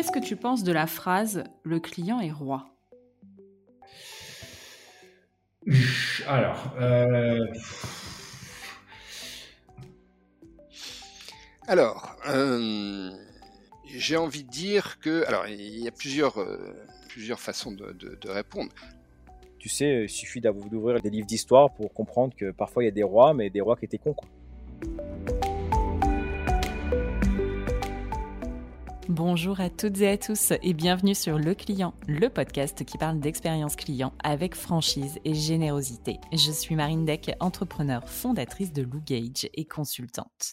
Qu'est-ce que tu penses de la phrase « le client est roi » ? Alors, Alors, j'ai envie de dire que... Alors, il y a plusieurs façons de répondre. Tu sais, il suffit d'ouvrir des livres d'histoire pour comprendre que parfois il y a des rois, mais des rois qui étaient cons, quoi. Bonjour à toutes et à tous et bienvenue sur Le Client, le podcast qui parle d'expérience client avec franchise et générosité. Je suis Marine Deck, entrepreneur, fondatrice de Lougage et consultante.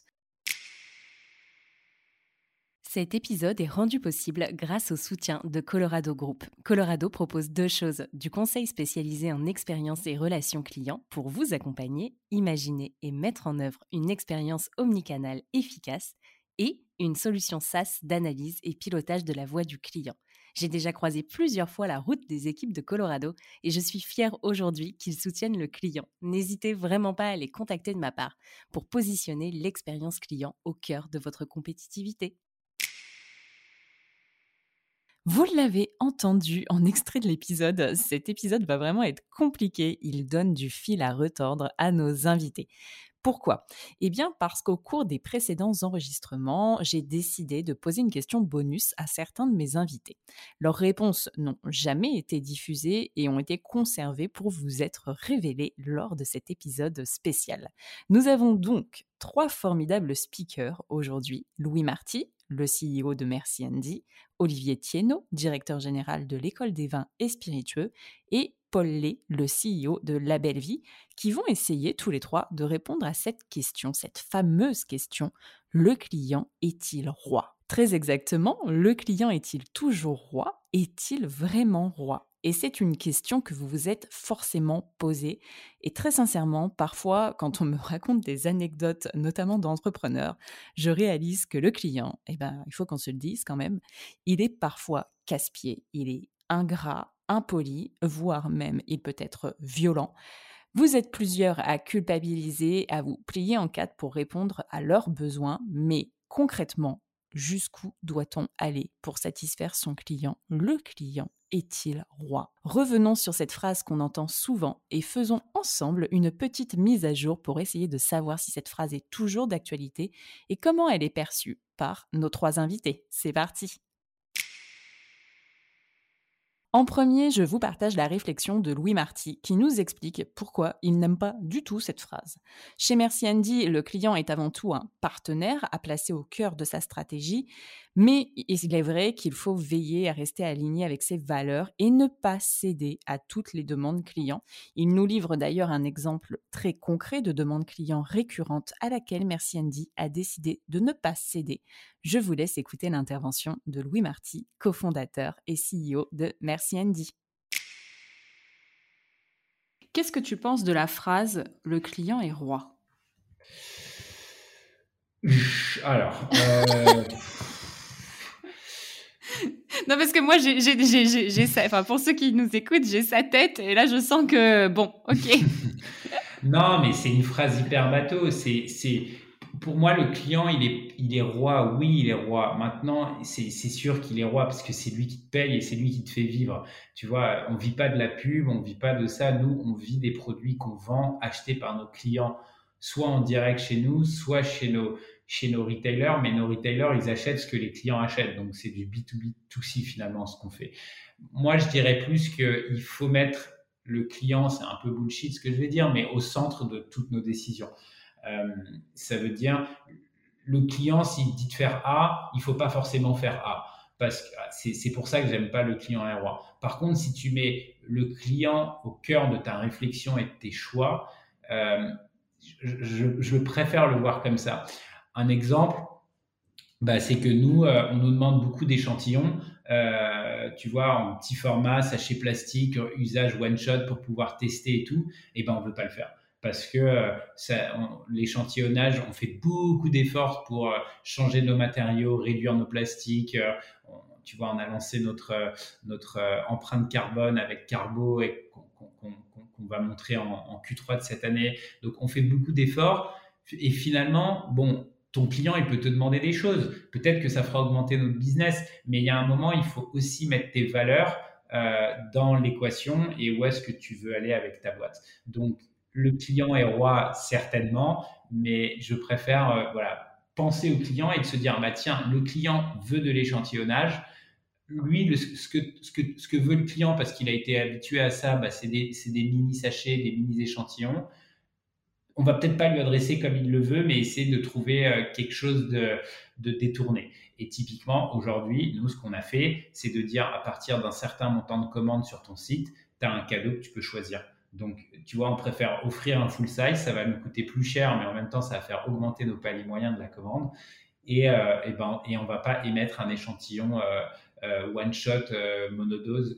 Cet épisode est rendu possible grâce au soutien de Colorado Group. Colorado propose deux choses, du conseil spécialisé en expérience et relations clients pour vous accompagner, imaginer et mettre en œuvre une expérience omnicanale efficace et une solution SaaS d'analyse et pilotage de la voix du client. J'ai déjà croisé plusieurs fois la route des équipes de Colorado et je suis fière aujourd'hui qu'ils soutiennent le client. N'hésitez vraiment pas à les contacter de ma part pour positionner l'expérience client au cœur de votre compétitivité. Vous l'avez entendu en extrait de l'épisode, cet épisode va vraiment être compliqué, il donne du fil à retordre à nos invités. Pourquoi ? Eh bien parce qu'au cours des précédents enregistrements, j'ai décidé de poser une question bonus à certains de mes invités. Leurs réponses n'ont jamais été diffusées et ont été conservées pour vous être révélées lors de cet épisode spécial. Nous avons donc 3 formidables speakers aujourd'hui. Louis Marty, le CEO de Merci Andy, Olivier Thienot, directeur général de l'École des vins et spiritueux, et Paul Lay, le CEO de La Belle Vie, qui vont essayer tous les 3 de répondre à cette question, cette fameuse question, le client est-il roi ? Très exactement, le client est-il toujours roi ? Est-il vraiment roi ? Et c'est une question que vous vous êtes forcément posée. Et très sincèrement, parfois, quand on me raconte des anecdotes, notamment d'entrepreneurs, je réalise que le client, il faut qu'on se le dise quand même, il est parfois casse-pied, il est ingrat, impoli, voire même il peut être violent. Vous êtes plusieurs à culpabiliser, à vous plier en quatre pour répondre à leurs besoins, mais concrètement, jusqu'où doit-on aller pour satisfaire son client ? Le client est-il roi ? Revenons sur cette phrase qu'on entend souvent et faisons ensemble une petite mise à jour pour essayer de savoir si cette phrase est toujours d'actualité et comment elle est perçue par nos 3 invités. C'est parti ! En premier, je vous partage la réflexion de Louis Marty qui nous explique pourquoi il n'aime pas du tout cette phrase. Chez Merci Andy, le client est avant tout un partenaire à placer au cœur de sa stratégie, mais il est vrai qu'il faut veiller à rester aligné avec ses valeurs et ne pas céder à toutes les demandes clients. Il nous livre d'ailleurs un exemple très concret de demande client récurrente à laquelle Merci Andy a décidé de ne pas céder. Je vous laisse écouter l'intervention de Louis Marty, cofondateur et CEO de Merci Andy. Qu'est-ce que tu penses de la phrase « le client est roi » ? alors, Non, parce que moi, j'ai ça. Enfin, pour ceux qui nous écoutent, j'ai sa tête et là, je sens que bon, ok. non, mais c'est une phrase hyper bateau. Pour moi, le client, il est roi. Oui, il est roi. Maintenant, c'est sûr qu'il est roi parce que c'est lui qui te paye et c'est lui qui te fait vivre. Tu vois, on vit pas de la pub, on vit pas de ça. Nous, on vit des produits qu'on vend, achetés par nos clients, soit en direct chez nous, soit chez nos retailers. Mais nos retailers, ils achètent ce que les clients achètent. Donc, c'est du B2B2C finalement, ce qu'on fait. Moi, je dirais plus qu'il faut mettre le client, c'est un peu bullshit ce que je vais dire, mais au centre de toutes nos décisions. Ça veut dire, le client, s'il dit de faire A, il ne faut pas forcément faire A. Parce que c'est pour ça que j'aime pas le client est roi. Par contre, si tu mets le client au cœur de ta réflexion et de tes choix, je préfère le voir comme ça. Un exemple, c'est que nous, on nous demande beaucoup d'échantillons, tu vois, en petit format, sachet plastique, usage one shot pour pouvoir tester et tout. Et on veut pas le faire parce que l'échantillonnage, on fait beaucoup d'efforts pour changer nos matériaux, réduire nos plastiques. Tu vois, on a lancé notre empreinte carbone avec Carbo et qu'on va montrer en Q3 de cette année. Donc, on fait beaucoup d'efforts et finalement, ton client, il peut te demander des choses. Peut-être que ça fera augmenter notre business, mais il y a un moment, il faut aussi mettre tes valeurs dans l'équation et où est-ce que tu veux aller avec ta boîte. Donc, le client est roi, certainement, mais je préfère penser au client et de se dire, bah, tiens, le client veut de l'échantillonnage. Lui, ce que veut le client, parce qu'il a été habitué à ça, bah, c'est des mini-sachets, des mini-échantillons. On va peut-être pas lui adresser comme il le veut, mais essayer de trouver quelque chose de détourné. Et typiquement, aujourd'hui, nous, ce qu'on a fait, c'est de dire à partir d'un certain montant de commandes sur ton site, tu as un cadeau que tu peux choisir. Donc, tu vois, on préfère offrir un full size, ça va nous coûter plus cher, mais en même temps, ça va faire augmenter nos paliers moyens de la commande. Et on ne va pas émettre un échantillon one shot monodose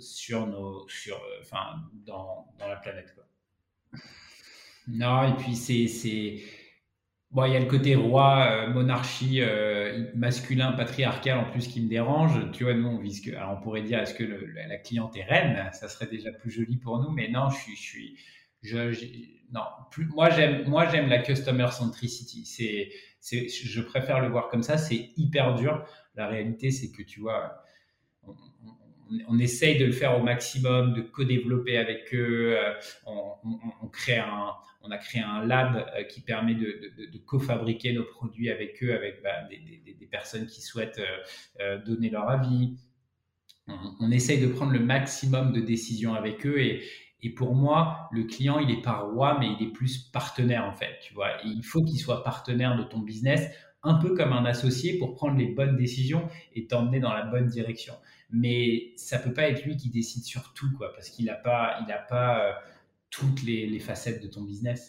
dans la planète, quoi. Non, et puis bon, il y a le côté roi, monarchie, masculin, patriarcal en plus qui me dérange. Tu vois, nous, on vise alors on pourrait dire, est-ce que la cliente est reine? Ça serait déjà plus joli pour nous, mais non, non, moi, j'aime la customer centricity. Je préfère le voir comme ça. C'est hyper dur. La réalité, c'est que tu vois, on essaye de le faire au maximum, de co-développer avec eux. On a créé un lab qui permet de co-fabriquer nos produits avec eux, avec des personnes qui souhaitent donner leur avis. On essaye de prendre le maximum de décisions avec eux et pour moi, le client, il n'est pas roi, mais il est plus partenaire en fait. Tu vois, et il faut qu'il soit partenaire de ton business, un peu comme un associé pour prendre les bonnes décisions et t'emmener dans la bonne direction. Mais ça peut pas être lui qui décide sur tout, quoi, parce qu'il a pas toutes les facettes de ton business.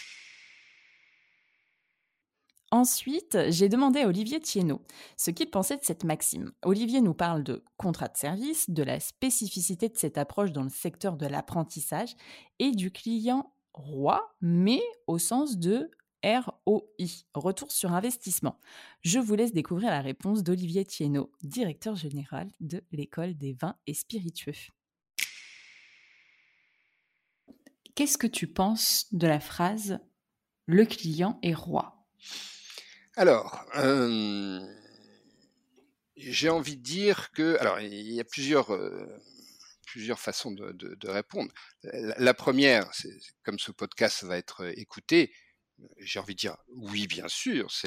Ensuite, j'ai demandé à Olivier Thienot ce qu'il pensait de cette maxime. Olivier nous parle de contrat de service, de la spécificité de cette approche dans le secteur de l'apprentissage et du client roi, mais au sens de ROI, retour sur investissement. Je vous laisse découvrir la réponse d'Olivier Thienot, directeur général de l'École des vins et spiritueux. Qu'est-ce que tu penses de la phrase « le client est roi » ? Alors, j'ai envie de dire que, alors, il y a plusieurs façons de répondre. La première, c'est comme ce podcast va être écouté, j'ai envie de dire oui, bien sûr, c'est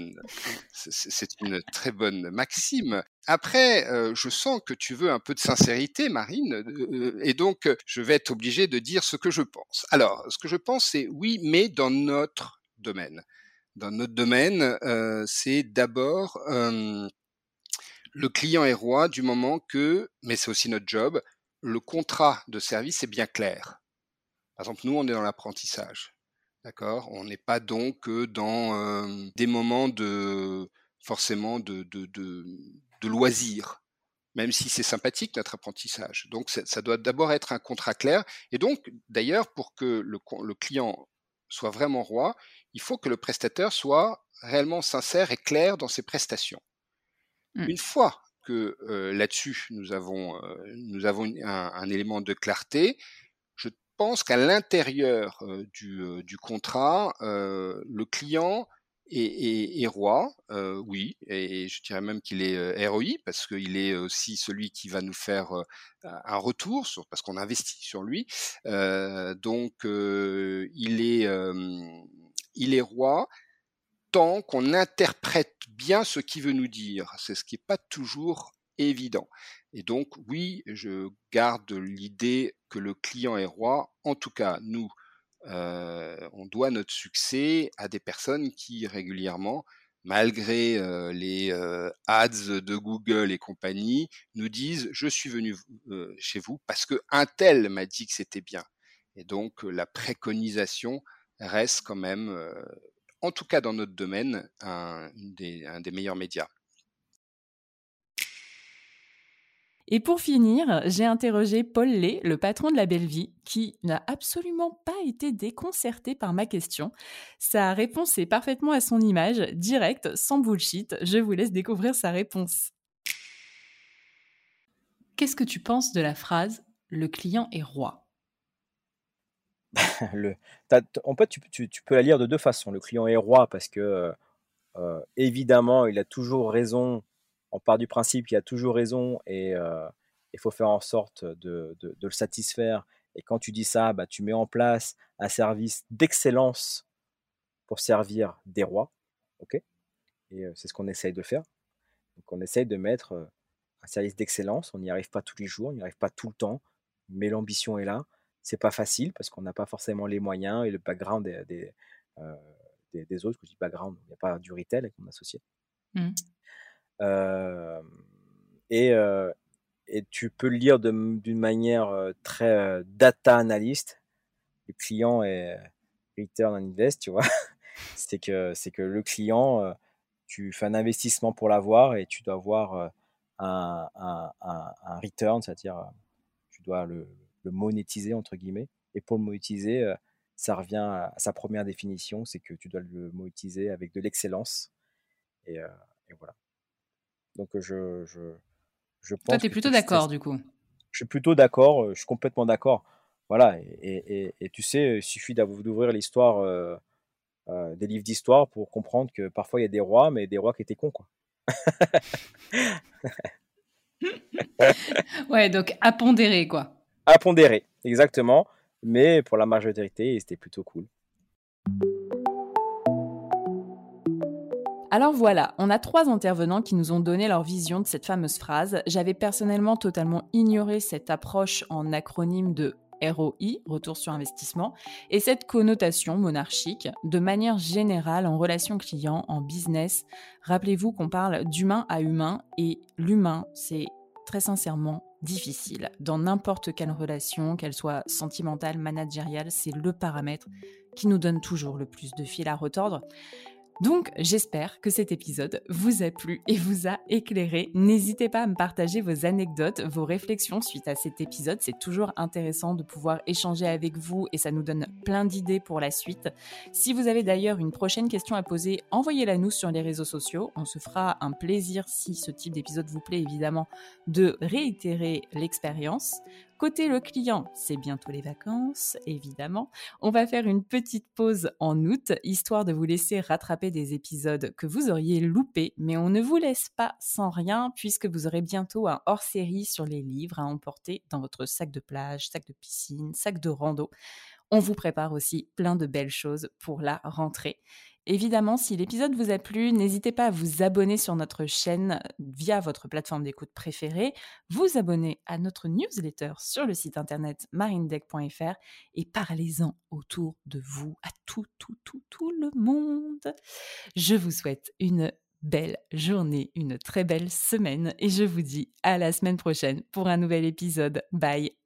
une très bonne maxime. Après, je sens que tu veux un peu de sincérité, Marine, et donc je vais être obligé de dire ce que je pense. Alors, ce que je pense, c'est oui, mais dans notre domaine. Dans notre domaine, c'est d'abord le client est roi du moment que, mais c'est aussi notre job, le contrat de service est bien clair. Par exemple, nous, on est dans l'apprentissage. D'accord ? On n'est pas donc dans des moments forcément de loisirs, même si c'est sympathique notre apprentissage. Donc, ça doit d'abord être un contrat clair. Et donc, d'ailleurs, pour que le client soit vraiment roi, il faut que le prestataire soit réellement sincère et clair dans ses prestations. Une fois que là-dessus, nous avons un élément de clarté, je pense qu'à l'intérieur du contrat, le client est roi, oui, et je dirais même qu'il est ROI, parce qu'il est aussi celui qui va nous faire un retour, parce qu'on investit sur lui. Donc, il est roi tant qu'on interprète bien ce qu'il veut nous dire. C'est ce qui n'est pas toujours évident. Et donc, oui, je garde l'idée que le client est roi. En tout cas, nous, on doit notre succès à des personnes qui régulièrement, malgré les ads de Google et compagnie, nous disent « je suis venu chez vous parce qu'un tel m'a dit que c'était bien ». Et donc, la préconisation reste quand même en tout cas dans notre domaine, un des meilleurs médias. Et pour finir, j'ai interrogé Paul Lay, le patron de La Belle Vie, qui n'a absolument pas été déconcerté par ma question. Sa réponse est parfaitement à son image, directe, sans bullshit. Je vous laisse découvrir sa réponse. Qu'est-ce que tu penses de la phrase « le client est roi » ? En fait, tu peux la lire de deux façons. Le client est roi parce que Évidemment, il a toujours raison. On part du principe qu'il a toujours raison et il faut faire en sorte de le satisfaire. Et quand tu dis ça, bah, tu mets en place un service d'excellence pour servir des rois. Ok. Et c'est ce qu'on essaye de faire. Donc, on essaye de mettre un service d'excellence. On n'y arrive pas tous les jours, on n'y arrive pas tout le temps, mais l'ambition est là. C'est pas facile parce qu'on n'a pas forcément les moyens et le background des autres. Quand je dis background, il n'y a pas du retail avec mon associé. Mmh. Euh, et, euh, et tu peux le lire d'une manière très data analyst. Le client est return on invest, tu vois. c'est que le client, tu fais un investissement pour l'avoir et tu dois avoir un return, c'est-à-dire tu dois le monétiser, entre guillemets. Et pour le monétiser, ça revient à sa première définition, c'est que tu dois le monétiser avec de l'excellence. Et voilà. Donc je Toi, pense tu es que plutôt d'accord, du coup. je suis plutôt d'accord, je suis complètement d'accord. Voilà, et tu sais, il suffit d'ouvrir l'histoire des livres d'histoire pour comprendre que parfois il y a des rois, mais des rois qui étaient cons, quoi. Ouais, donc à pondérer, quoi. À pondérer, exactement. Mais pour la majorité, c'était plutôt cool. Alors voilà, on a 3 intervenants qui nous ont donné leur vision de cette fameuse phrase. J'avais personnellement totalement ignoré cette approche en acronyme de ROI, retour sur investissement, et cette connotation monarchique. De manière générale, en relation client, en business, rappelez-vous qu'on parle d'humain à humain, et l'humain, c'est très sincèrement difficile. Dans n'importe quelle relation, qu'elle soit sentimentale, managériale, c'est le paramètre qui nous donne toujours le plus de fil à retordre. Donc, j'espère que cet épisode vous a plu et vous a éclairé. N'hésitez pas à me partager vos anecdotes, vos réflexions suite à cet épisode. C'est toujours intéressant de pouvoir échanger avec vous et ça nous donne plein d'idées pour la suite. Si vous avez d'ailleurs une prochaine question à poser, envoyez-la nous sur les réseaux sociaux. On se fera un plaisir, si ce type d'épisode vous plaît évidemment, de réitérer l'expérience. Côté le client, c'est bientôt les vacances, évidemment. On va faire une petite pause en août, histoire de vous laisser rattraper des épisodes que vous auriez loupés, mais on ne vous laisse pas sans rien, puisque vous aurez bientôt un hors-série sur les livres à emporter dans votre sac de plage, sac de piscine, sac de rando. On vous prépare aussi plein de belles choses pour la rentrée. Évidemment, si l'épisode vous a plu, n'hésitez pas à vous abonner sur notre chaîne via votre plateforme d'écoute préférée, vous abonner à notre newsletter sur le site internet marindeck.fr et parlez-en autour de vous à tout le monde. Je vous souhaite une belle journée, une très belle semaine et je vous dis à la semaine prochaine pour un nouvel épisode. Bye!